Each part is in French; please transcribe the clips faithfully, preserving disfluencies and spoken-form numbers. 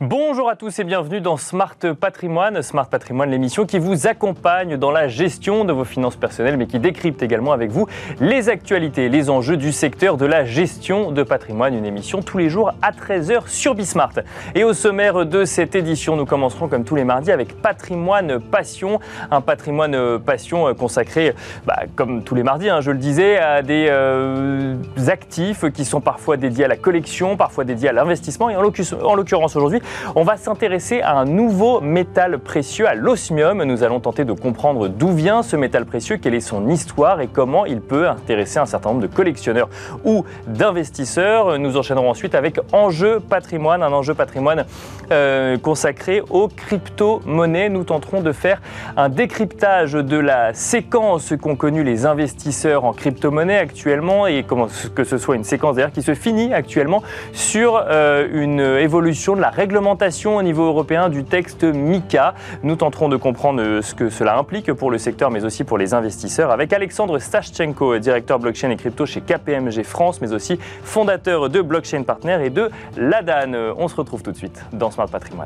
Bonjour à tous et bienvenue dans Smart Patrimoine. Smart Patrimoine, l'émission qui vous accompagne dans la gestion de vos finances personnelles, mais qui décrypte également avec vous les actualités, les enjeux du secteur de la gestion de patrimoine. Une émission tous les jours à treize heures sur Bismart. Et au sommaire de cette édition, nous commencerons comme tous les mardis avec Patrimoine Passion. Un patrimoine passion consacré, bah, comme tous les mardis, hein, je le disais, à des euh, actifs qui sont parfois dédiés à la collection, parfois dédiés à l'investissement. Et en l'occurrence aujourd'hui, on va s'intéresser à un nouveau métal précieux, à l'osmium. Nous allons tenter de comprendre d'où vient ce métal précieux, quelle est son histoire et comment il peut intéresser un certain nombre de collectionneurs ou d'investisseurs. Nous enchaînerons ensuite avec Enjeu Patrimoine, un enjeu patrimoine euh, consacré aux crypto-monnaies. Nous tenterons de faire un décryptage de la séquence qu'ont connue les investisseurs en crypto-monnaie actuellement et comment que ce soit une séquence d'ailleurs qui se finit actuellement sur euh, une évolution de la réglementation au niveau européen du texte MiCA. Nous tenterons de comprendre ce que cela implique pour le secteur, mais aussi pour les investisseurs, avec Alexandre Stashchenko, directeur blockchain et crypto chez K P M G France, mais aussi fondateur de Blockchain Partner et de Ladan. On se retrouve tout de suite dans Smart Patrimoine.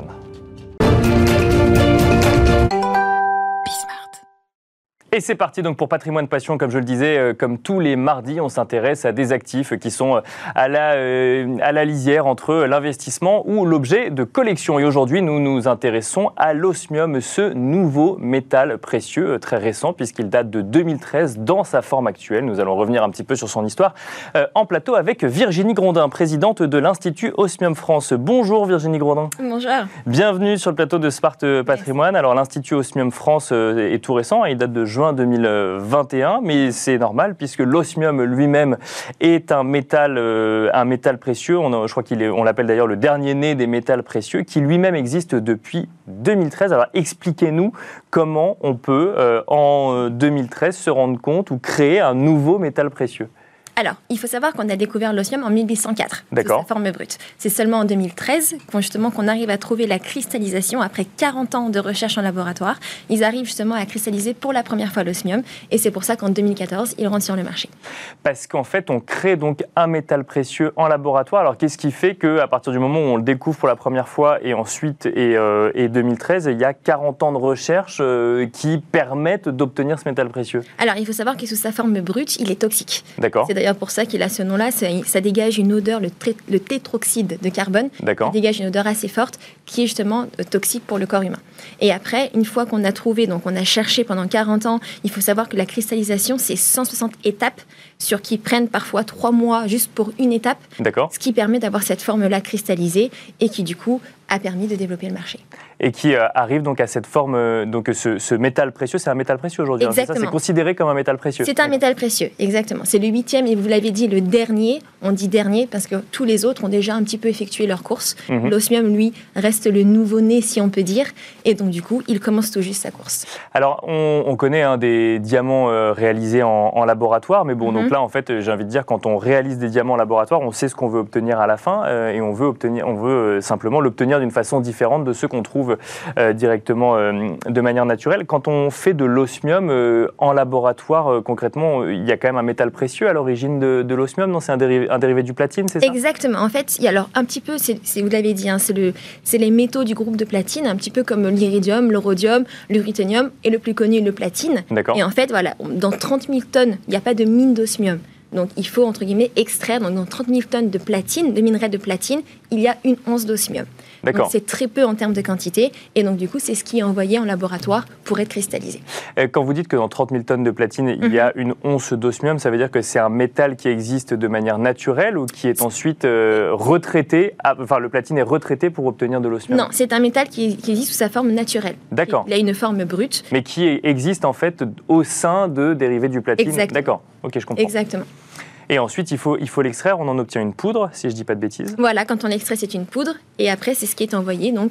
Et c'est parti donc pour Patrimoine Passion, comme je le disais, euh, comme tous les mardis, on s'intéresse à des actifs qui sont à la, euh, à la lisière entre l'investissement ou l'objet de collection. Et aujourd'hui, nous nous intéressons à l'osmium, ce nouveau métal précieux euh, très récent puisqu'il date de deux mille treize dans sa forme actuelle. Nous allons revenir un petit peu sur son histoire euh, en plateau avec Virginie Grondin, présidente de l'Institut Osmium France. Bonjour Virginie Grondin. Bonjour. Bienvenue sur le plateau de Smart Patrimoine. Alors l'Institut Osmium France euh, est tout récent, il date de juin deux mille vingt et un, mais c'est normal puisque l'osmium lui-même est un métal, euh, un métal précieux. On a, je crois qu'il est, on l'appelle d'ailleurs le dernier né des métals précieux, qui lui-même existe depuis deux mille treize. Alors expliquez-nous comment on peut euh, en deux mille treize se rendre compte ou créer un nouveau métal précieux. Alors, il faut savoir qu'on a découvert l'osmium en mille huit cent quatre, D'accord. sous sa forme brute. C'est seulement en deux mille treize qu'on, justement, qu'on arrive à trouver la cristallisation. Après quarante ans de recherche en laboratoire, ils arrivent justement à cristalliser pour la première fois l'osmium. Et c'est pour ça qu'en deux mille quatorze, il rentre sur le marché. Parce qu'en fait, on crée donc un métal précieux en laboratoire. Alors, qu'est-ce qui fait qu'à partir du moment où on le découvre pour la première fois et ensuite, et, euh, et deux mille treize, il y a quarante ans de recherche euh, qui permettent d'obtenir ce métal précieux? Alors, il faut savoir que sous sa forme brute, il est toxique. D'accord. C'est d'ailleurs pour ça qu'il a ce nom-là. Ça dégage une odeur, le, tré- le tétroxyde de carbone. D'accord. Ça dégage une odeur assez forte qui est justement euh, toxique pour le corps humain. Et après, une fois qu'on a trouvé, donc on a cherché pendant quarante ans, il faut savoir que la cristallisation, c'est cent soixante étapes sur qui prennent parfois trois mois juste pour une étape. D'accord. Ce qui permet d'avoir cette forme-là cristallisée et qui, du coup, a permis de développer le marché. Et qui euh, arrive donc à cette forme, euh, donc ce, ce métal précieux, c'est un métal précieux aujourd'hui. Exactement. Hein, c'est ça, c'est considéré comme un métal précieux. C'est un métal précieux, exactement. C'est le huitième et vous l'avez dit, le dernier. On dit dernier parce que tous les autres ont déjà un petit peu effectué leur course. Mm-hmm. L'osmium, lui, reste le nouveau-né, si on peut dire. Et donc, du coup, il commence tout juste sa course. Alors, on, on connaît hein, des diamants euh, réalisés en, en laboratoire. Mais bon, mm-hmm. donc là, en fait, j'ai envie de dire, quand on réalise des diamants en laboratoire, on sait ce qu'on veut obtenir à la fin. Euh, et on veut, obtenir, on veut euh, simplement l'obtenir d'une façon différente de ceux qu'on trouve euh, directement euh, de manière naturelle. Quand on fait de l'osmium euh, en laboratoire, euh, concrètement, euh, il y a quand même un métal précieux à l'origine de, de l'osmium, non? C'est un dérivé, un dérivé du platine, c'est ça? Exactement. En fait, il y a alors un petit peu, c'est, c'est, vous l'avez dit, hein, c'est, le, c'est les métaux du groupe de platine, un petit peu comme l'iridium, le rhodium, le ruthenium et le plus connu, le platine. D'accord. Et en fait, voilà, dans trente mille tonnes, il n'y a pas de mine d'osmium. Donc, il faut, entre guillemets, extraire. Donc, dans trente mille tonnes de platine, de minerai de platine, il y a une once d'osmium. D'accord. Donc, c'est très peu en termes de quantité. Et donc, du coup, c'est ce qui est envoyé en laboratoire pour être cristallisé. Quand vous dites que dans trente mille tonnes de platine, il mm-hmm. y a une once d'osmium, ça veut dire que c'est un métal qui existe de manière naturelle ou qui est ensuite euh, retraité, à, enfin, le platine est retraité pour obtenir de l'osmium? Non, c'est un métal qui, qui existe sous sa forme naturelle. D'accord. Il a une forme brute. Mais qui existe, en fait, au sein de dérivés du platine? Exactement. D'accord. Ok, je comprends. Exactement. Et ensuite, il faut, il faut l'extraire, on en obtient une poudre, si je ne dis pas de bêtises. Voilà, quand on l'extrait, c'est une poudre. Et après, c'est ce qui est envoyé donc,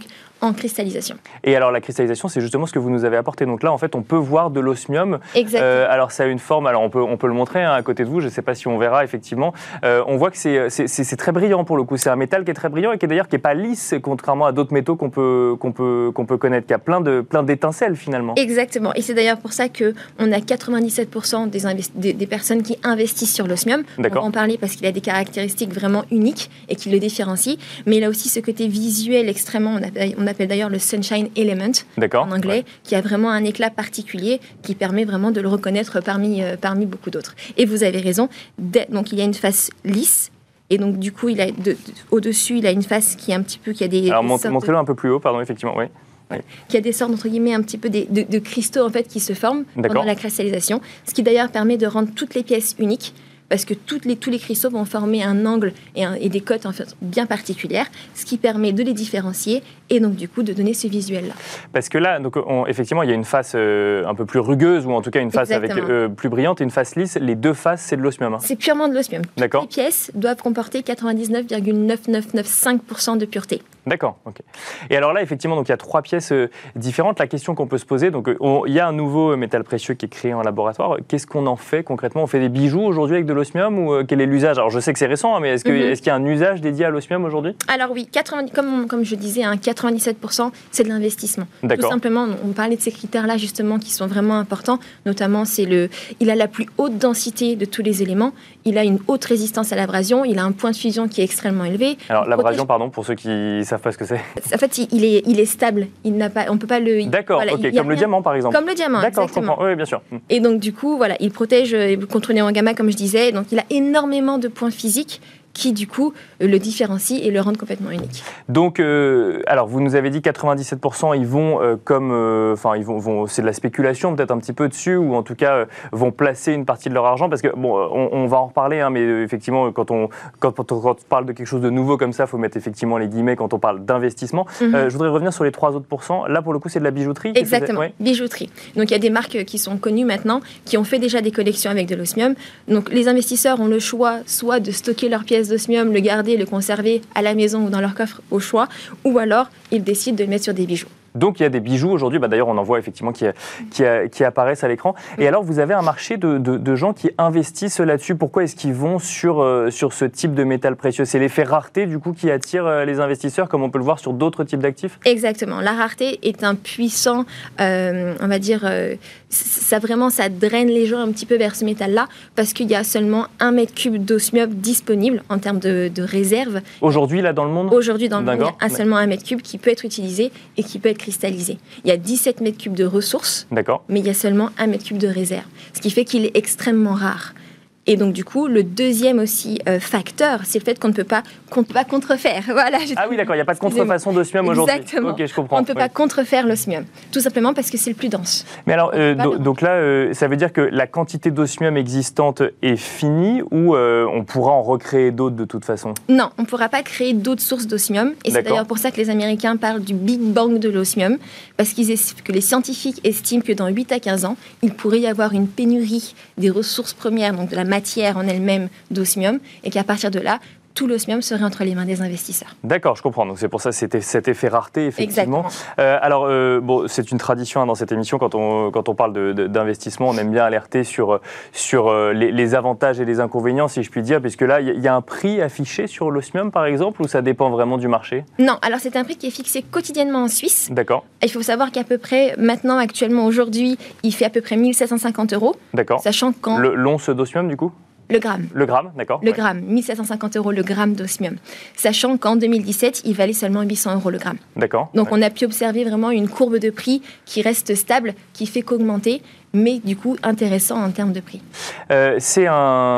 en cristallisation. Et alors la cristallisation, c'est justement ce que vous nous avez apporté. Donc là, en fait, on peut voir de l'osmium. Exactement. Euh, alors ça a une forme, alors on peut, on peut le montrer hein, à côté de vous, je ne sais pas si on verra effectivement. Euh, on voit que c'est, c'est, c'est, c'est très brillant pour le coup. C'est un métal qui est très brillant et qui est d'ailleurs qui n'est pas lisse, contrairement à d'autres métaux qu'on peut, qu'on peut, qu'on peut connaître, qui a plein, de, plein d'étincelles finalement. Exactement. Et c'est d'ailleurs pour ça qu'on a quatre-vingt-dix-sept pour cent des, investi- des, des personnes qui investissent sur l'osmium. D'accord. On va en parler parce qu'il a des caractéristiques vraiment uniques et qui le différencient. Mais il a aussi ce côté visuel extrêmement, on appelle, on appelle d'ailleurs le sunshine element D'accord. en anglais, ouais. qui a vraiment un éclat particulier qui permet vraiment de le reconnaître parmi, euh, parmi beaucoup d'autres. Et vous avez raison, donc il y a une face lisse. Et donc, du coup, il a de, de, au-dessus, il a une face qui est un petit peu... Qui a des, Alors, des montrez-le de... un peu plus haut, pardon, effectivement, oui. Voilà. Qui a des sortes, entre guillemets, un petit peu des, de, de cristaux, en fait, qui se forment D'accord. pendant la cristallisation. Ce qui, d'ailleurs, permet de rendre toutes les pièces uniques. Parce que toutes les, tous les cristaux vont former un angle et, un, et des cotes en fait, bien particulières, ce qui permet de les différencier et donc du coup de donner ce visuel-là. Parce que là, donc, on, effectivement, il y a une face euh, un peu plus rugueuse ou en tout cas une face avec, euh, plus brillante et une face lisse. Les deux faces, c'est de l'osmium. Hein. C'est purement de l'osmium. D'accord. Toutes les pièces doivent comporter quatre-vingt-dix-neuf virgule neuf neuf neuf cinq pour cent de pureté. D'accord, ok. Et alors là, effectivement, donc il y a trois pièces euh, différentes. La question qu'on peut se poser, donc on, il y a un nouveau métal précieux qui est créé en laboratoire. Qu'est-ce qu'on en fait concrètement? On fait des bijoux aujourd'hui avec de l'osmium ou euh, quel est l'usage? Alors je sais que c'est récent, hein, mais est-ce, que, mm-hmm. est-ce qu'il y a un usage dédié à l'osmium aujourd'hui? Alors oui, quatre-vingts, comme, comme je disais, hein, quatre-vingt-dix-sept pour cent c'est de l'investissement. D'accord. Tout simplement, on parlait de ces critères-là justement qui sont vraiment importants. Notamment, c'est le, il a la plus haute densité de tous les éléments. Il a une haute résistance à l'abrasion. Il a un point de fusion qui est extrêmement élevé. Alors l'abrasion, protège... pardon, pour ceux qui ne savent pas ce que c'est. En fait, il est, il est stable. Il n'a pas, on peut pas le. D'accord. Voilà, ok. Il, comme le rien... diamant, par exemple. Comme le diamant. D'accord. Exactement. Je comprends. Oui, bien sûr. Et donc du coup, voilà, il protège contre les néons gamma, comme je disais. Donc il a énormément de points physiques qui, du coup, le différencient et le rendent complètement unique. Donc, euh, alors, vous nous avez dit quatre-vingt-dix-sept pour cent, ils vont euh, comme... Enfin, euh, ils vont, vont, c'est de la spéculation peut-être un petit peu dessus, ou en tout cas, euh, vont placer une partie de leur argent, parce que, bon, on, on va en reparler, hein, mais euh, effectivement, quand on, quand, on, quand on parle de quelque chose de nouveau comme ça, il faut mettre effectivement les guillemets quand on parle d'investissement. Mm-hmm. Euh, je voudrais revenir sur les trois autres pourcents. Là, pour le coup, c'est de la bijouterie. Exactement, ouais. bijouterie. Donc, il y a des marques qui sont connues maintenant, qui ont fait déjà des collections avec de l'osmium. Donc, les investisseurs ont le choix, soit de stocker leurs pièces d'osmium, le garder, le conserver à la maison ou dans leur coffre au choix, ou alors ils décident de le mettre sur des bijoux. Donc il y a des bijoux aujourd'hui, bah, d'ailleurs on en voit effectivement qui, qui, qui apparaissent à l'écran. Et alors vous avez un marché de, de, de gens qui investissent là-dessus. Pourquoi est-ce qu'ils vont sur, euh, sur ce type de métal précieux? C'est l'effet rareté du coup qui attire euh, les investisseurs, comme on peut le voir sur d'autres types d'actifs? Exactement. La rareté est un puissant, euh, on va dire, euh, ça vraiment ça draine les gens un petit peu vers ce métal-là, parce qu'il y a seulement un mètre cube d'osmium disponible en termes de, de réserve. Aujourd'hui là dans le monde? Aujourd'hui dans le monde, il y a seulement un mètre cube qui peut être utilisé et qui peut être cristallisé. Il y a dix-sept mètres cubes de ressources, D'accord. mais il y a seulement un mètre cube de réserve, ce qui fait qu'il est extrêmement rare. Et donc, du coup, le deuxième aussi euh, facteur, c'est le fait qu'on ne peut pas, qu'on ne peut pas contrefaire. Voilà, ah oui, d'accord, il n'y a pas de contrefaçon d'osmium aujourd'hui. Exactement. Ok, je comprends. On ne peut oui. pas contrefaire l'osmium, tout simplement parce que c'est le plus dense. Mais alors, euh, do, donc là, euh, ça veut dire que la quantité d'osmium existante est finie ou euh, on pourra en recréer d'autres de toute façon? Non, on ne pourra pas créer d'autres sources d'osmium. Et c'est d'ailleurs pour ça que les Américains parlent du Big Bang de l'osmium, parce qu'ils est, que les scientifiques estiment que dans huit à quinze ans, il pourrait y avoir une pénurie des ressources premières, donc de la matière en elle-même d'osmium, et qu'à partir de là, tout l'osmium serait entre les mains des investisseurs. D'accord, je comprends. Donc c'est pour ça c'était cet effet rareté, effectivement. Euh, alors, euh, bon, c'est une tradition hein, dans cette émission, quand on, quand on parle de, de, d'investissement, on aime bien alerter sur, sur euh, les, les avantages et les inconvénients, si je puis dire, puisque là, il y, y a un prix affiché sur l'osmium, par exemple, ou ça dépend vraiment du marché? Non, alors c'est un prix qui est fixé quotidiennement en Suisse. D'accord. Il faut savoir qu'à peu près, maintenant, actuellement, aujourd'hui, il fait à peu près mille sept cent cinquante euros. D'accord. Sachant qu'en... Le, l'once d'osmium, du coup? Le gramme. Le gramme, d'accord. Le ouais. gramme, mille sept cent cinquante euros le gramme d'osmium. Sachant qu'en deux mille dix-sept, il valait seulement huit cents euros le gramme. D'accord. Donc ouais. on a pu observer vraiment une courbe de prix qui reste stable, qui fait qu'augmenter, mais du coup intéressant en termes de prix. Euh, c'est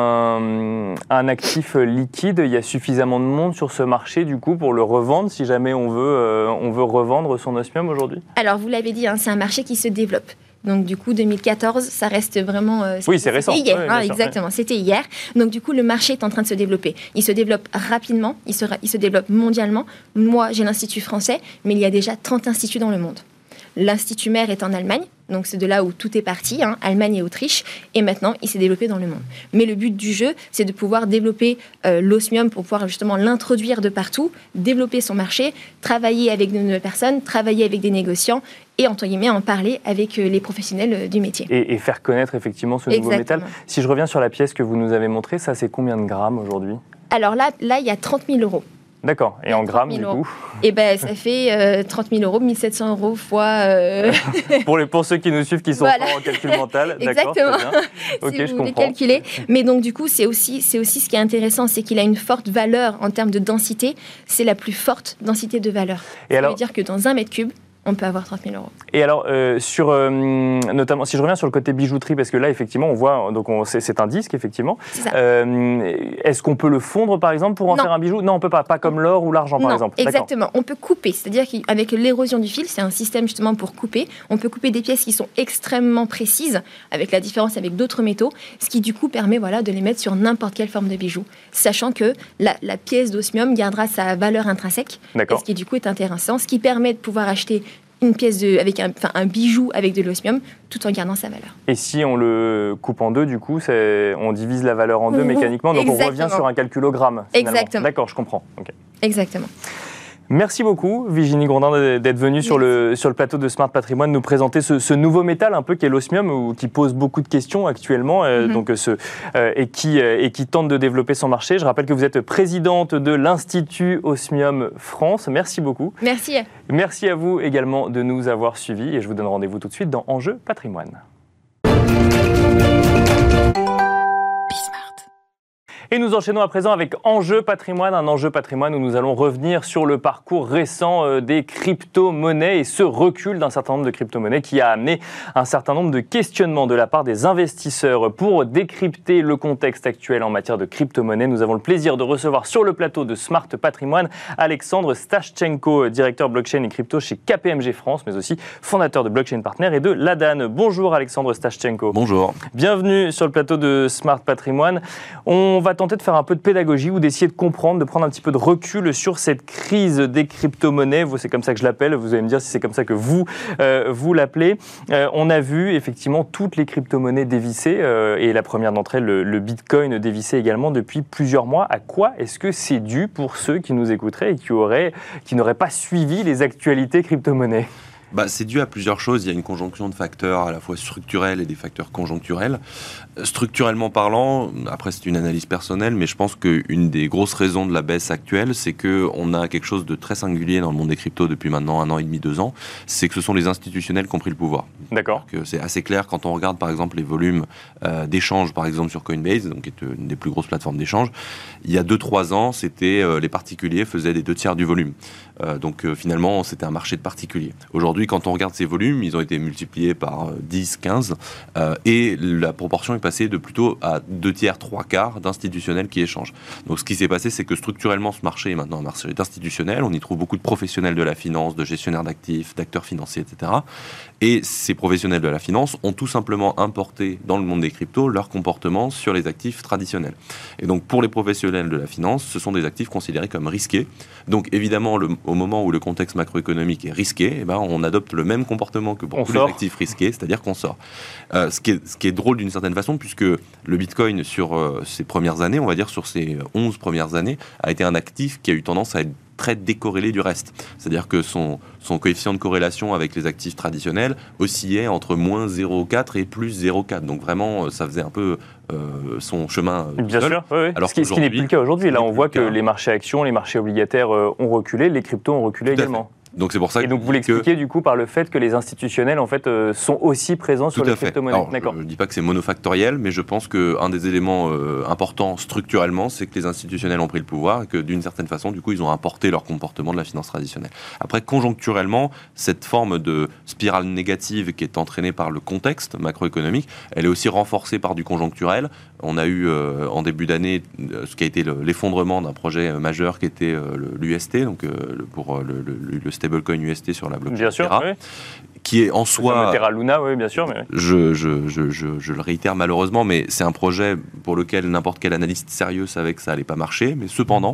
un, un actif liquide, il y a suffisamment de monde sur ce marché du coup pour le revendre si jamais on veut, euh, on veut revendre son osmium aujourd'hui? Alors vous l'avez dit, hein, c'est un marché qui se développe. Donc du coup, deux mille quatorze, ça reste vraiment... Euh, oui, c'est récent. Hier, oui, hein, sûr, exactement, oui. C'était hier. Donc du coup, le marché est en train de se développer. Il se développe rapidement, il se, il se développe mondialement. Moi, j'ai l'Institut français, mais il y a déjà trente instituts dans le monde. L'Institut mère est en Allemagne, donc c'est de là où tout est parti, hein, Allemagne et Autriche, et maintenant il s'est développé dans le monde. Mais le but du jeu, c'est de pouvoir développer euh, l'osmium pour pouvoir justement l'introduire de partout, développer son marché, travailler avec de nouvelles personnes, travailler avec des négociants, et entre guillemets en parler avec les professionnels du métier. Et, et faire connaître effectivement ce nouveau Exactement. métal. Si je reviens sur la pièce que vous nous avez montrée, ça c'est combien de grammes aujourd'hui ? Alors là, là, il y a trente mille euros. D'accord. Et en grammes, du coup ? Et ben, ça fait euh, trente mille euros, mille sept cents euros fois... Euh... pour, les, pour ceux qui nous suivent, qui sont voilà. pas en calcul mental. Exactement. D'accord, très bien. Ok, si je vous voulez comprends. calculer. Mais donc, du coup, c'est aussi, c'est aussi ce qui est intéressant, c'est qu'il a une forte valeur en termes de densité. C'est la plus forte densité de valeur. Et ça alors... veut dire que dans un mètre cube, on peut avoir trente mille euros. Et alors, euh, sur, euh, notamment, si je reviens sur le côté bijouterie, parce que là, effectivement, on voit, donc on, c'est, c'est un disque, effectivement. C'est ça. Euh, est-ce qu'on peut le fondre, par exemple, pour en non. faire un bijou ? Non, on ne peut pas, pas comme l'or ou l'argent, par non, exemple. Exactement. D'accord. On peut couper, c'est-à-dire qu'avec l'érosion du fil, c'est un système justement pour couper. On peut couper des pièces qui sont extrêmement précises, avec la différence avec d'autres métaux, ce qui du coup permet voilà, de les mettre sur n'importe quelle forme de bijou, sachant que la, la pièce d'osmium gardera sa valeur intrinsèque, D'accord. ce qui du coup est intéressant, ce qui permet de pouvoir acheter une pièce de, avec un, enfin, un bijou avec de l'osmium, tout en gardant sa valeur. Et si on le coupe en deux, du coup, c'est, on divise la valeur en deux mécaniquement, donc Exactement. on revient sur un calculogramme. Finalement. Exactement. D'accord, je comprends. Okay. Exactement. Merci beaucoup, Virginie Grondin, d'être venue sur le, sur le plateau de Smart Patrimoine nous présenter ce, ce nouveau métal un peu qu'est l'osmium, ou, qui pose beaucoup de questions actuellement euh, mm-hmm. donc, ce, euh, et, qui, euh, et qui tente de développer son marché. Je rappelle que vous êtes présidente de l'Institut Osmium France. Merci beaucoup. Merci. Merci à vous également de nous avoir suivis et je vous donne rendez-vous tout de suite dans Enjeu Patrimoine. Et nous enchaînons à présent avec Enjeu Patrimoine, un enjeu patrimoine où nous allons revenir sur le parcours récent des crypto-monnaies et ce recul d'un certain nombre de crypto-monnaies qui a amené un certain nombre de questionnements de la part des investisseurs. Pour décrypter le contexte actuel en matière de crypto-monnaies, nous avons le plaisir de recevoir sur le plateau de Smart Patrimoine Alexandre Stashchenko, directeur blockchain et crypto chez K P M G France, mais aussi fondateur de Blockchain Partner et de Ladane. Bonjour Alexandre Stashchenko. Bonjour. Bienvenue sur le plateau de Smart Patrimoine. On va tenter de faire un peu de pédagogie ou d'essayer de comprendre, de prendre un petit peu de recul sur cette crise des crypto-monnaies. C'est comme ça que je l'appelle. Vous allez me dire si c'est comme ça que vous, euh, vous l'appelez. Euh, on a vu effectivement toutes les crypto-monnaies dévisser euh, et la première d'entre elles, le, le Bitcoin, dévisser également depuis plusieurs mois. À quoi est-ce que c'est dû pour ceux qui nous écouteraient et qui, auraient, qui n'auraient pas suivi les actualités crypto-monnaies ? Bah, c'est dû à plusieurs choses. Il y a une conjonction de facteurs à la fois structurels et des facteurs conjoncturels. Structurellement parlant, après c'est une analyse personnelle, mais je pense qu'une des grosses raisons de la baisse actuelle, c'est qu'on a quelque chose de très singulier dans le monde des cryptos depuis maintenant un an et demi, deux ans, c'est que ce sont les institutionnels qui ont pris le pouvoir. D'accord. Donc, c'est assez clair quand on regarde par exemple les volumes euh, d'échanges, par exemple sur Coinbase, donc, qui est une des plus grosses plateformes d'échange. Il y a deux trois ans, c'était euh, les particuliers faisaient des deux tiers du volume. Euh, donc euh, finalement, c'était un marché de particuliers. Aujourd'hui, quand on regarde ces volumes, ils ont été multipliés par dix, quinze, euh, et la proportion est passée de plutôt à deux tiers, trois quarts d'institutionnels qui échangent. Donc ce qui s'est passé, c'est que structurellement, ce marché est maintenant un marché d'institutionnels. On y trouve beaucoup de professionnels de la finance, de gestionnaires d'actifs, d'acteurs financiers, et cetera. Et ces professionnels de la finance ont tout simplement importé dans le monde des cryptos leur comportement sur les actifs traditionnels. Et donc pour les professionnels de la finance, ce sont des actifs considérés comme risqués. Donc évidemment, le, au moment où le contexte macroéconomique est risqué, eh ben, on adopte le même comportement que pour on tous sort. les actifs risqués, c'est-à-dire qu'on sort. Euh, ce, qui est, ce qui est drôle d'une certaine façon, puisque le Bitcoin, sur euh, ses premières années, on va dire sur ses onze premières années, a été un actif qui a eu tendance à être très décorrélé du reste. C'est-à-dire que son, son coefficient de corrélation avec les actifs traditionnels oscillait entre moins zéro virgule quatre et plus zéro virgule quatre. Donc vraiment, ça faisait un peu euh, son chemin euh, Bien seul. sûr, oui, oui. Alors ce qui, ce qui n'est plus le cas aujourd'hui. Là, on voit que les marchés actions, les marchés obligataires euh, ont reculé, les cryptos ont reculé Tout également. Donc c'est pour ça et donc vous l'expliquez que... du coup par le fait que les institutionnels en fait euh, sont aussi présents sur Tout les à fait. crypto-monnaies. Alors, D'accord. Je ne dis pas que c'est monofactoriel, mais je pense qu'un des éléments euh, importants structurellement, c'est que les institutionnels ont pris le pouvoir et que d'une certaine façon, du coup, ils ont importé leur comportement de la finance traditionnelle. Après, conjoncturellement, cette forme de spirale négative qui est entraînée par le contexte macroéconomique, elle est aussi renforcée par du conjoncturel. On a eu euh, en début d'année ce qui a été le, l'effondrement d'un projet majeur qui était euh, l'U S T, donc euh, pour euh, le, le, le stablecoin U S T sur la blockchain bien sûr, Terra, oui. qui est en soi... Terra Luna, oui, bien sûr. Mais... Je, je, je, je, je le réitère malheureusement, mais c'est un projet pour lequel n'importe quel analyste sérieux savait que ça allait pas marcher. Mais cependant,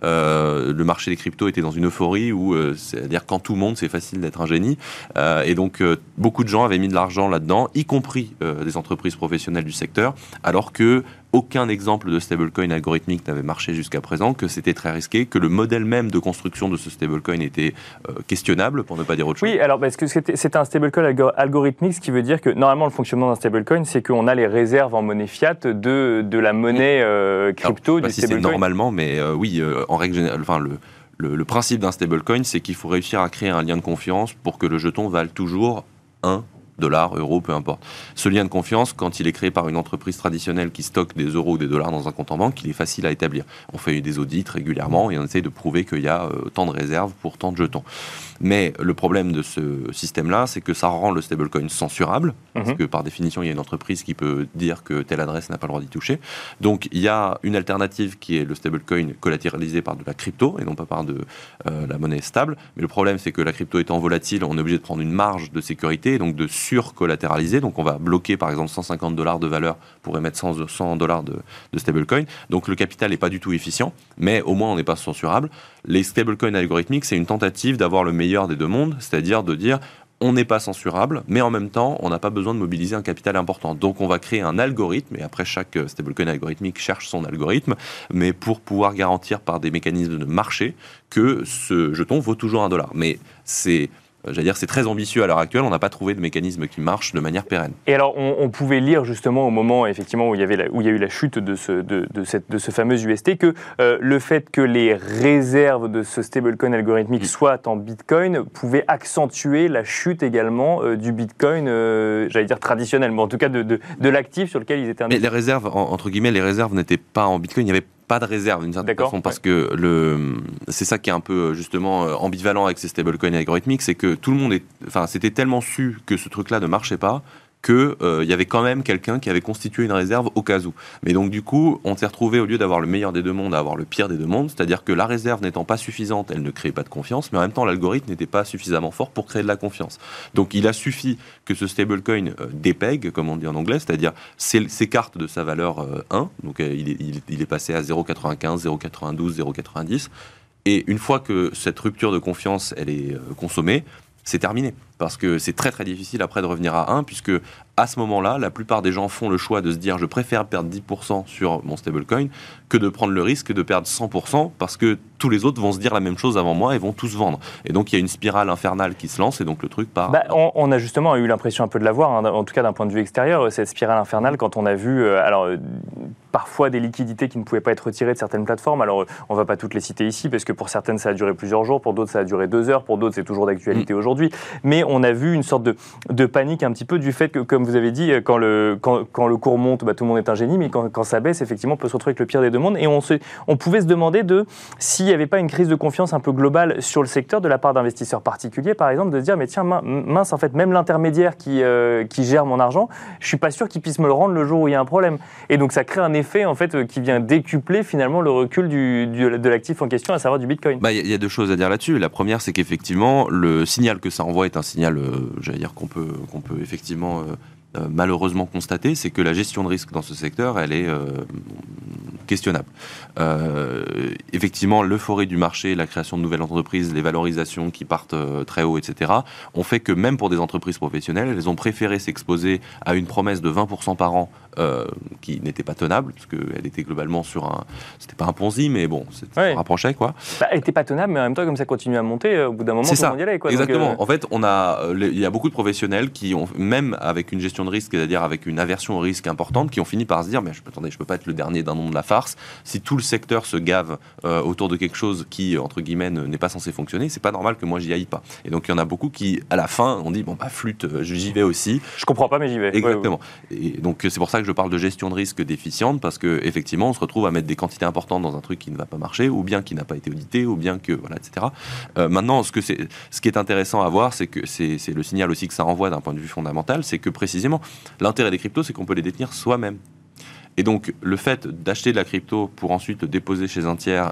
euh, le marché des cryptos était dans une euphorie où, euh, c'est-à-dire quand tout monte, c'est facile d'être un génie. Euh, et donc, euh, beaucoup de gens avaient mis de l'argent là-dedans, y compris euh, des entreprises professionnelles du secteur, alors que aucun exemple de stablecoin algorithmique n'avait marché jusqu'à présent, que c'était très risqué, que le modèle même de construction de ce stablecoin était euh, questionnable, pour ne pas dire autre chose. Oui, alors parce que c'était, c'était un stablecoin algo- algorithmique, ce qui veut dire que normalement le fonctionnement d'un stablecoin, c'est qu'on a les réserves en monnaie fiat de, de la monnaie euh, crypto alors, du si stablecoin. C'est normalement, mais euh, oui, euh, en règle générale, enfin le, le, le principe d'un stablecoin, c'est qu'il faut réussir à créer un lien de confiance pour que le jeton vale toujours un dollars, euros, peu importe. Ce lien de confiance, quand il est créé par une entreprise traditionnelle qui stocke des euros ou des dollars dans un compte en banque, il est facile à établir. On fait des audits régulièrement et on essaie de prouver qu'il y a euh, tant de réserves pour tant de jetons. Mais le problème de ce système-là, c'est que ça rend le stablecoin censurable, parce que par définition, il y a une entreprise qui peut dire que telle adresse n'a pas le droit d'y toucher. Donc, il y a une alternative qui est le stablecoin collatéralisé par de la crypto et non pas par de euh, la monnaie stable. Mais le problème, c'est que la crypto étant volatile, on est obligé de prendre une marge de sécurité et donc de sur-collatéraliser. Donc, on va bloquer, par exemple, cent cinquante dollars de valeur pour émettre cent dollars de, de stablecoin. Donc, le capital n'est pas du tout efficient, mais au moins, on n'est pas censurable. Les stablecoins algorithmiques, c'est une tentative d'avoir le meilleur des deux mondes, c'est-à-dire de dire on n'est pas censurable, mais en même temps, on n'a pas besoin de mobiliser un capital important. Donc, on va créer un algorithme, et après, chaque stablecoin algorithmique cherche son algorithme, mais pour pouvoir garantir par des mécanismes de marché que ce jeton vaut toujours un dollar. Mais c'est... J'allais dire, c'est très ambitieux à l'heure actuelle, on n'a pas trouvé de mécanisme qui marche de manière pérenne. Et alors, on, on pouvait lire justement au moment effectivement, où, il y avait la, où il y a eu la chute de ce, de, de cette, de ce fameux U S T que euh, le fait que les réserves de ce stablecoin algorithmique mmh. soient en Bitcoin pouvait accentuer la chute également euh, du Bitcoin, euh, j'allais dire traditionnel, mais en tout cas de, de, de l'actif sur lequel ils étaient investis. Mais les réserves, en, entre guillemets, les réserves n'étaient pas en Bitcoin, il y avait pas de réserve d'une certaine D'accord, façon, parce ouais. que le, c'est ça qui est un peu justement ambivalent avec ces stablecoins algorithmiques, c'est que tout le monde est, enfin, c'était tellement su que ce truc-là ne marchait pas qu'il euh, y avait quand même quelqu'un qui avait constitué une réserve au cas où. Mais donc du coup, on s'est retrouvé, au lieu d'avoir le meilleur des deux mondes, à avoir le pire des deux mondes, c'est-à-dire que la réserve n'étant pas suffisante, elle ne créait pas de confiance, mais en même temps, l'algorithme n'était pas suffisamment fort pour créer de la confiance. Donc il a suffi que ce stablecoin euh, dépègue, comme on dit en anglais, c'est-à-dire s'écarte de sa valeur euh, un, donc euh, il, est, il, il est passé à zéro virgule quatre-vingt-quinze, zéro virgule quatre-vingt-douze, zéro virgule quatre-vingt-dix, et une fois que cette rupture de confiance, elle est euh, consommée, c'est terminé. Parce que c'est très très difficile après de revenir à un, puisque à ce moment-là, la plupart des gens font le choix de se dire je préfère perdre dix pour cent sur mon stablecoin que de prendre le risque de perdre cent pour cent, parce que tous les autres vont se dire la même chose avant moi et vont tous vendre. Et donc il y a une spirale infernale qui se lance et donc le truc part. Bah, on, on a justement eu l'impression un peu de l'avoir, hein, en tout cas d'un point de vue extérieur, cette spirale infernale quand on a vu euh, alors, euh, parfois des liquidités qui ne pouvaient pas être retirées de certaines plateformes. Alors euh, on ne va pas toutes les citer ici parce que pour certaines ça a duré plusieurs jours, pour d'autres ça a duré deux heures, pour d'autres c'est toujours d'actualité mmh. aujourd'hui. Mais on a vu une sorte de, de panique un petit peu du fait que, comme vous avez dit, quand le, quand, quand le cours monte, bah, tout le monde est un génie, mais quand, quand ça baisse, effectivement, on peut se retrouver avec le pire des deux mondes. Et on, se, on pouvait se demander de s'il n'y avait pas une crise de confiance un peu globale sur le secteur de la part d'investisseurs particuliers, par exemple, de se dire, mais tiens, mince, en fait, même l'intermédiaire qui, euh, qui gère mon argent, je ne suis pas sûr qu'il puisse me le rendre le jour où il y a un problème. Et donc, ça crée un effet, en fait, qui vient décupler, finalement, le recul du, du, de l'actif en question, à savoir du Bitcoin. Bah, y, y a deux choses à dire là-dessus. La première, c'est qu'effectivement, le signal que ça envoie est un signal, euh, j'allais dire, qu'on peut, qu'on peut effectivement... Euh, Euh, malheureusement constaté, c'est que la gestion de risque dans ce secteur, elle est euh, questionnable. Euh, effectivement, l'euphorie du marché, la création de nouvelles entreprises, les valorisations qui partent euh, très haut, et cetera, ont fait que même pour des entreprises professionnelles, elles ont préféré s'exposer à une promesse de vingt pour cent par an euh, qui n'était pas tenable, parce qu'elle était globalement sur un... C'était pas un Ponzi, mais bon, ça ouais. rapprochait, quoi. Bah, elle n'était pas tenable, mais en même temps, comme ça continue à monter, au bout d'un moment, c'est tout ça. le monde y allait, quoi. Exactement. Donc, euh... En fait, on a, il y a beaucoup de professionnels qui ont, même avec une gestion de risque, c'est-à-dire avec une aversion au risque importante, qui ont fini par se dire mais je, attendez, je peux pas être le dernier d'un nom de la farce. Si tout le secteur se gave euh, autour de quelque chose qui, entre guillemets, n'est pas censé fonctionner, c'est pas normal que moi j'y aille pas. Et donc il y en a beaucoup qui, à la fin, ont dit bon bah flûte, j'y vais aussi. Je comprends pas, mais j'y vais. Exactement. Ouais, ouais. Et donc c'est pour ça que je parle de gestion de risque déficiente, parce que effectivement on se retrouve à mettre des quantités importantes dans un truc qui ne va pas marcher, ou bien qui n'a pas été audité, ou bien que voilà, et cetera. Euh, maintenant, ce que c'est, ce qui est intéressant à voir, c'est que c'est, c'est le signal aussi que ça renvoie d'un point de vue fondamental, c'est que précisément l'intérêt des cryptos, c'est qu'on peut les détenir soi-même. Et donc, le fait d'acheter de la crypto pour ensuite le déposer chez un tiers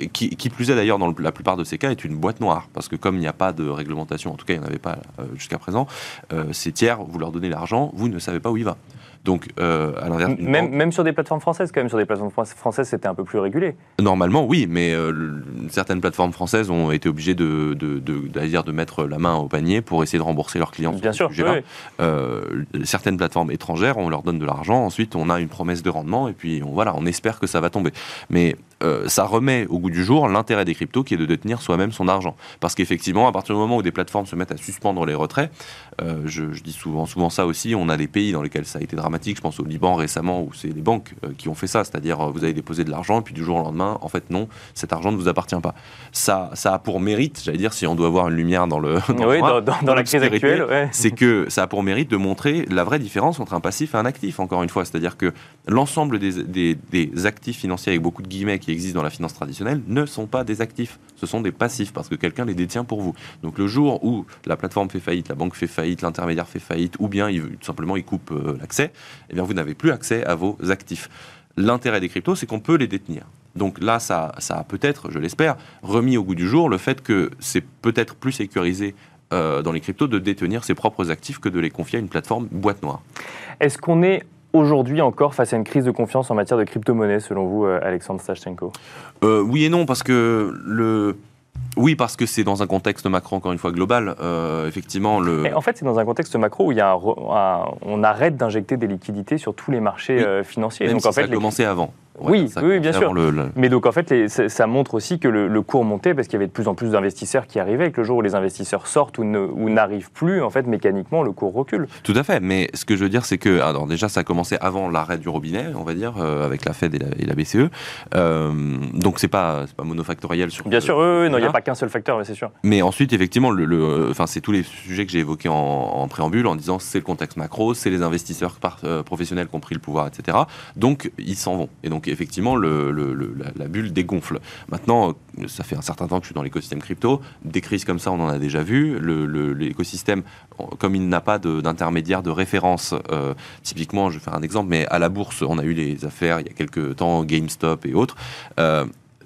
qui, qui plus est d'ailleurs dans le, la plupart de ces cas est une boîte noire, parce que comme il n'y a pas de réglementation, en tout cas il n'y en avait pas euh, jusqu'à présent, euh, ces tiers, vous leur donnez l'argent, vous ne savez pas où il va. Donc, euh, à l'inverse, même, banque, même sur des plateformes françaises, quand même, sur des plateformes françaises, c'était un peu plus régulé. Normalement, oui, mais euh, certaines plateformes françaises ont été obligées de, de, de, de, dire, de mettre la main au panier pour essayer de rembourser leurs clients. Bien sur sûr, ce sujet-là. oui. Euh, certaines plateformes étrangères, on leur donne de l'argent, ensuite on a une promesse de rendement, et puis on, voilà, on espère que ça va tomber. Mais euh, ça remet au goût du jour l'intérêt des cryptos, qui est de détenir soi-même son argent. Parce qu'effectivement, à partir du moment où des plateformes se mettent à suspendre les retraits, euh, je, je dis souvent, souvent ça aussi, on a des pays dans lesquels ça a été dramatique, je pense au Liban récemment, où c'est les banques euh, qui ont fait ça, c'est-à-dire euh, vous avez déposé de l'argent, et puis du jour au lendemain, en fait non, cet argent ne vous appartient pas. Ça, ça a pour mérite, j'allais dire, si on doit avoir une lumière dans le dans, oui, le dans, dans, dans la crise actuelle, ouais. C'est que ça a pour mérite de montrer la vraie différence entre un passif et un actif, encore une fois, c'est-à-dire que l'ensemble des, des, des actifs financiers avec beaucoup de guillemets qui existent dans la finance traditionnelle ne sont pas des actifs, ce sont des passifs, parce que quelqu'un les détient pour vous. Donc le jour où la plateforme fait faillite, la banque fait faillite, l'intermédiaire fait faillite, ou bien il, tout simplement il coupe euh, l'accès, eh bien vous n'avez plus accès à vos actifs. L'intérêt des cryptos, c'est qu'on peut les détenir. Donc là, ça, ça a peut-être, je l'espère, remis au goût du jour le fait que c'est peut-être plus sécurisé euh, dans les cryptos de détenir ses propres actifs que de les confier à une plateforme boîte noire. Est-ce qu'on est aujourd'hui encore face à une crise de confiance en matière de crypto-monnaie, selon vous, Alexandre Stashchenko ? euh, Oui et non, parce que le... Oui, parce que c'est dans un contexte macro, encore une fois, global. Euh, effectivement, le... Et en fait, c'est dans un contexte macro où il y a un, un, on arrête d'injecter des liquidités sur tous les marchés oui. euh, financiers. Même donc, si en fait, ça a les... commencé avant. Ouais, oui, oui, bien sûr. Le, le... Mais donc, en fait, les, ça montre aussi que le, le cours montait parce qu'il y avait de plus en plus d'investisseurs qui arrivaient et que le jour où les investisseurs sortent ou, ne, ou n'arrivent plus, en fait, mécaniquement, le cours recule. Tout à fait. Mais ce que je veux dire, c'est que, alors déjà, ça a commencé avant l'arrêt du robinet, on va dire, euh, avec la Fed et la, et la B C E. Euh, donc, c'est pas, c'est pas monofactoriel sur. Bien sûr, oui, oui, non, il n'y a pas qu'un seul facteur, mais c'est sûr. Mais ensuite, effectivement, le, le, enfin, c'est tous les sujets que j'ai évoqués en, en préambule, en disant c'est le contexte macro, c'est les investisseurs par, euh, professionnels qui ont pris le pouvoir, et cetera. Donc, ils s'en vont. Et donc, effectivement, le Le, le, la, la bulle dégonfle. Maintenant, ça fait un certain temps que je suis dans l'écosystème crypto. Des crises comme ça, on en a déjà vu. Le, le, l'écosystème, comme il n'a pas de, d'intermédiaire de référence, euh, typiquement, je vais faire un exemple, mais à la bourse, on a eu les affaires il y a quelques temps, GameStop et autres. Euh,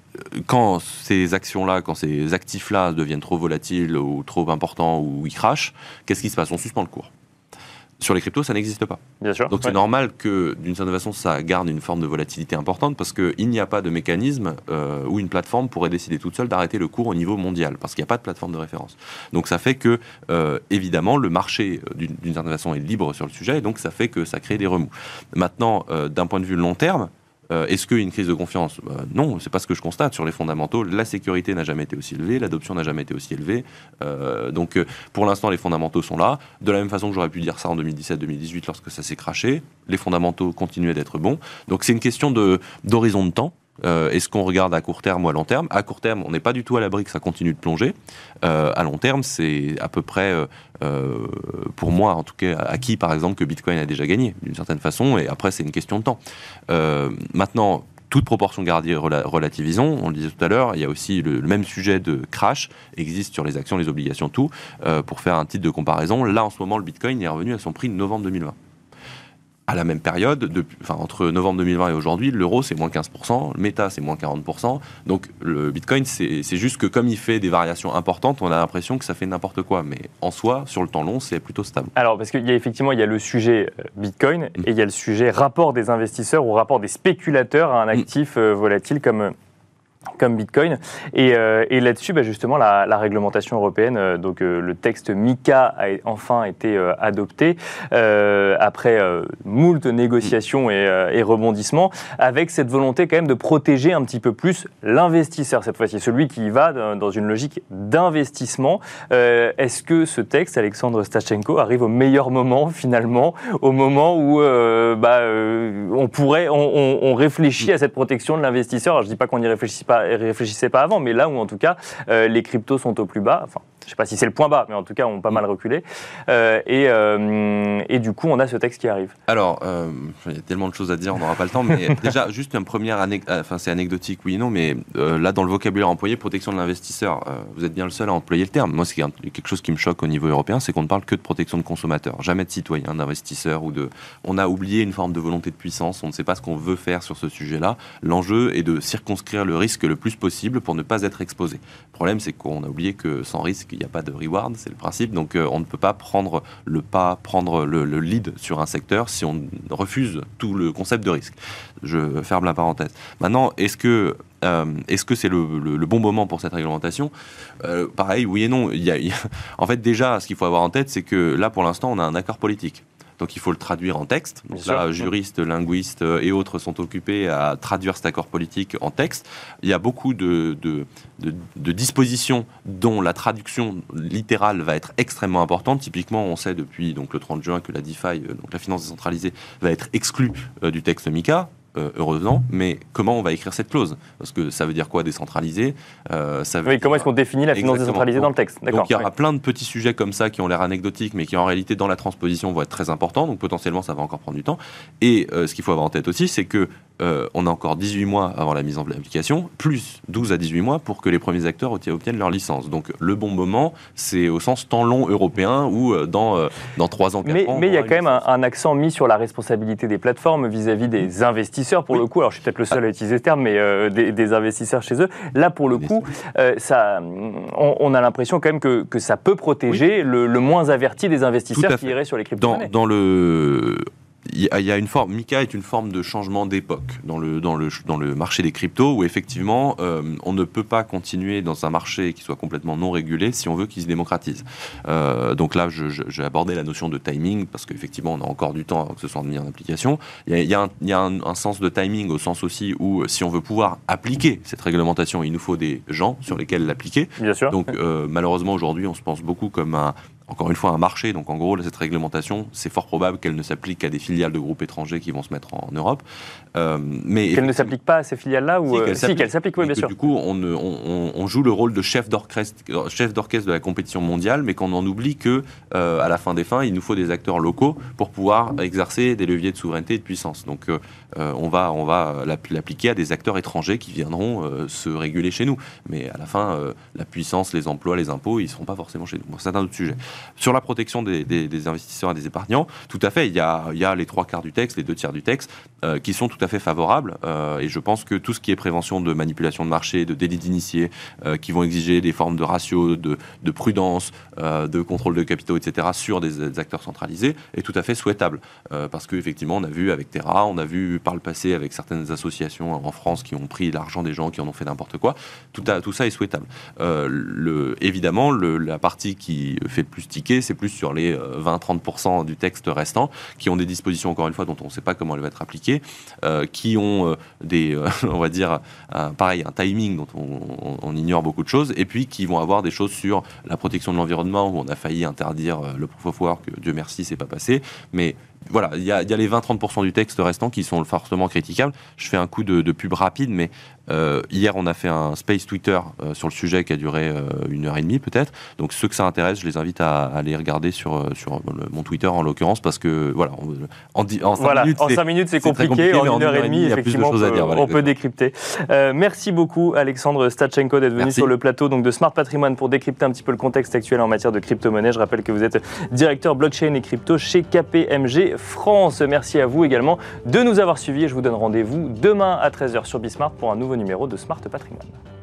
quand ces actions-là, quand ces actifs-là deviennent trop volatiles ou trop importants ou ils crachent, qu'est-ce qui se passe ? On suspend le cours. Sur les cryptos, ça n'existe pas. Bien sûr. Donc c'est ouais. normal que, d'une certaine façon, ça garde une forme de volatilité importante parce qu'il n'y a pas de mécanisme euh, où une plateforme pourrait décider toute seule d'arrêter le cours au niveau mondial parce qu'il n'y a pas de plateforme de référence. Donc ça fait que, euh, évidemment, le marché, d'une, d'une certaine façon, est libre sur le sujet et donc ça fait que ça crée des remous. Maintenant, euh, d'un point de vue long terme, Euh, est-ce qu'il y a une crise de confiance ? euh, Non, c'est pas ce que je constate. Sur les fondamentaux, la sécurité n'a jamais été aussi élevée, l'adoption n'a jamais été aussi élevée. Euh, donc, euh, pour l'instant, les fondamentaux sont là. De la même façon que j'aurais pu dire ça en deux mille dix-sept deux mille dix-huit lorsque ça s'est crashé, les fondamentaux continuaient d'être bons. Donc, c'est une question de, d'horizon de temps. Euh, est-ce qu'on regarde à court terme ou à long terme ? À court terme, on n'est pas du tout à l'abri que ça continue de plonger. Euh, à long terme, c'est à peu près, euh, euh, pour moi en tout cas, acquis par exemple que Bitcoin a déjà gagné d'une certaine façon. Et après, c'est une question de temps. Euh, maintenant, toute proportion gardée, relativisons. On le disait tout à l'heure, il y a aussi le, le même sujet de crash existe sur les actions, les obligations, tout. Euh, pour faire un titre de comparaison, là en ce moment, le Bitcoin est revenu à son prix de novembre deux mille vingt. À la même période, depuis, enfin, entre novembre deux mille vingt et aujourd'hui, l'euro c'est moins quinze pour cent, le méta c'est moins quarante pour cent. Donc le Bitcoin, c'est, c'est juste que comme il fait des variations importantes, on a l'impression que ça fait n'importe quoi. Mais en soi, sur le temps long, c'est plutôt stable. Alors, parce qu'il y a effectivement il y a le sujet Bitcoin mmh. et il y a le sujet rapport des investisseurs ou rapport des spéculateurs à un actif mmh. euh, volatile comme... comme Bitcoin. Et, euh, et là-dessus, bah justement, la, la réglementation européenne, euh, donc euh, le texte MiCA a enfin été euh, adopté euh, après euh, moult négociations et, euh, et rebondissements, avec cette volonté quand même de protéger un petit peu plus l'investisseur cette fois-ci, celui qui va dans une logique d'investissement. Euh, est-ce que ce texte, Alexandre Stashchenko, arrive au meilleur moment finalement, au moment où euh, bah, euh, on pourrait, on, on, on réfléchit à cette protection de l'investisseur. Alors, je ne dis pas qu'on n'y réfléchit pas réfléchissait pas avant, mais là où en tout cas euh, les cryptos sont au plus bas. Enfin, je ne sais pas si c'est le point bas, mais en tout cas, ont pas mal reculé. Euh, et, euh, et du coup, on a ce texte qui arrive. Alors, euh, il y a tellement de choses à dire, on n'aura pas le temps, mais déjà, juste une première anecdote, enfin c'est anecdotique, oui et non, mais euh, là, dans le vocabulaire employé, protection de l'investisseur, euh, vous êtes bien le seul à employer le terme. Moi, c'est quelque chose qui me choque au niveau européen, c'est qu'on ne parle que de protection de consommateurs, jamais de citoyens, d'investisseurs ou de... On a oublié une forme de volonté de puissance, on ne sait pas ce qu'on veut faire sur ce sujet-là. L'enjeu est de circonscrire le risque le plus possible pour ne pas être exposé. Le problème, c'est qu'on a oublié que sans risque, il n'y a pas de reward, c'est le principe, donc euh, on ne peut pas prendre le pas, prendre le, le lead sur un secteur si on refuse tout le concept de risque. Je ferme la parenthèse. Maintenant, est-ce que euh, est-ce que c'est le, le, le bon moment pour cette réglementation ? euh, Pareil, oui et non. Il y a, il y a... En fait, déjà, ce qu'il faut avoir en tête, c'est que là, pour l'instant, on a un accord politique. Donc il faut le traduire en texte. Donc Bien là, sûr. juristes, linguistes et autres sont occupés à traduire cet accord politique en texte. Il y a beaucoup de, de, de, de dispositions dont la traduction littérale va être extrêmement importante. Typiquement, on sait depuis donc, le trente juin que la DeFi, donc la finance décentralisée, va être exclue euh, du texte MiCA. Euh, heureusement, mais comment on va écrire cette clause ? Parce que ça veut dire quoi décentraliser ? euh, ça veut Oui, dire... comment est-ce qu'on définit la finance Exactement. décentralisée dans le texte ? D'accord. Donc il y aura oui. plein de petits sujets comme ça qui ont l'air anecdotiques, mais qui en réalité dans la transposition vont être très importants. Donc potentiellement ça va encore prendre du temps. Et euh, ce qu'il faut avoir en tête aussi, c'est que euh, on a encore dix-huit mois avant la mise en application, plus douze à dix-huit mois pour que les premiers acteurs obtiennent leur licence. Donc le bon moment, c'est au sens temps long européen ou euh, dans euh, dans trois ans, quatre mais, ans. Mais il y a quand même un, un accent mis sur la responsabilité des plateformes vis-à-vis des investisseurs pour Oui. le coup. Alors je suis peut-être le seul à utiliser ce terme, mais euh, des, des investisseurs chez eux. Là pour le coup, euh, ça, on, on a l'impression quand même que, que ça peut protéger oui. le, le moins averti des investisseurs qui iraient sur les crypto-monnaies. Dans, dans le Il y, a, il y a une forme, MiCA est une forme de changement d'époque dans le, dans le, dans le marché des cryptos où effectivement euh, on ne peut pas continuer dans un marché qui soit complètement non régulé si on veut qu'il se démocratise. Euh, donc là, je, je, j'ai abordé la notion de timing parce qu'effectivement on a encore du temps avant que ce soit mis en application. Il y a, il y a, un, il y a un, un sens de timing au sens aussi où si on veut pouvoir appliquer cette réglementation, il nous faut des gens sur lesquels l'appliquer. Bien sûr. Donc euh, malheureusement aujourd'hui on se pense beaucoup comme un encore une fois, un marché. Donc, en gros, cette réglementation, c'est fort probable qu'elle ne s'applique qu'à des filiales de groupes étrangers qui vont se mettre en Europe. Euh, mais qu'elle ne s'applique pas à ces filiales-là ou si, qu'elle euh, s'applique, si, qu'elle s'applique, oui, bien sûr. Du coup, on, on, on joue le rôle de chef d'orchestre, chef d'orchestre de la compétition mondiale, mais qu'on en oublie que, euh, à la fin des fins, il nous faut des acteurs locaux pour pouvoir exercer des leviers de souveraineté et de puissance. Donc, euh, on va, on va l'appliquer à des acteurs étrangers qui viendront euh, se réguler chez nous. Mais à la fin, euh, la puissance, les emplois, les impôts, ils ne seront pas forcément chez nous. Bon, c'est un autre sujet. Sur la protection Des, des, des investisseurs et des épargnants, tout à fait, il y a, il y a les trois quarts du texte, les deux tiers du texte, euh, qui sont tout à fait favorables. Euh, et je pense que tout ce qui est prévention de manipulation de marché, de délit d'initié, euh, qui vont exiger des formes de ratio, de, de prudence, euh, de contrôle de capitaux, et cetera, sur des, des acteurs centralisés, est tout à fait souhaitable. Euh, parce qu'effectivement, on a vu avec Terra, on a vu par le passé avec certaines associations en France qui ont pris l'argent des gens, qui en ont fait n'importe quoi. Tout, à, tout ça est souhaitable. Euh, le, évidemment, le, la partie qui fait le plus tiquer, c'est plus sur les vingt à trente pour cent du texte restant, qui ont des dispositions, encore une fois, dont on ne sait pas comment elles vont être appliquées, euh, qui ont euh, des, euh, on va dire, un, pareil, un timing dont on, on, on ignore beaucoup de choses, et puis qui vont avoir des choses sur la protection de l'environnement, où on a failli interdire euh, le proof of work, Dieu merci, c'est pas passé, mais voilà, il y a, y a les vingt à trente pour cent du texte restant qui sont fortement critiquables. Je fais un coup de, de pub rapide, mais euh, hier, on a fait un space Twitter euh, sur le sujet qui a duré euh, une heure et demie peut-être. Donc ceux que ça intéresse, je les invite à, à aller regarder sur, sur le, mon Twitter en l'occurrence, parce que voilà, on, en, en cinq voilà, minutes, en c'est, cinq minutes, c'est, c'est compliqué, compliqué, en une heure et demie, effectivement, on, peut, dire, voilà, on peut décrypter. Euh, merci beaucoup, Alexandre Stachenko, d'être venu merci. sur le plateau donc, de Smart Patrimoine pour décrypter un petit peu le contexte actuel en matière de crypto-monnaie. Je rappelle que vous êtes directeur blockchain et crypto chez K P M G France. Merci à vous également de nous avoir suivis et je vous donne rendez-vous demain à treize heures sur Bismart pour un nouveau numéro de Smart Patrimoine.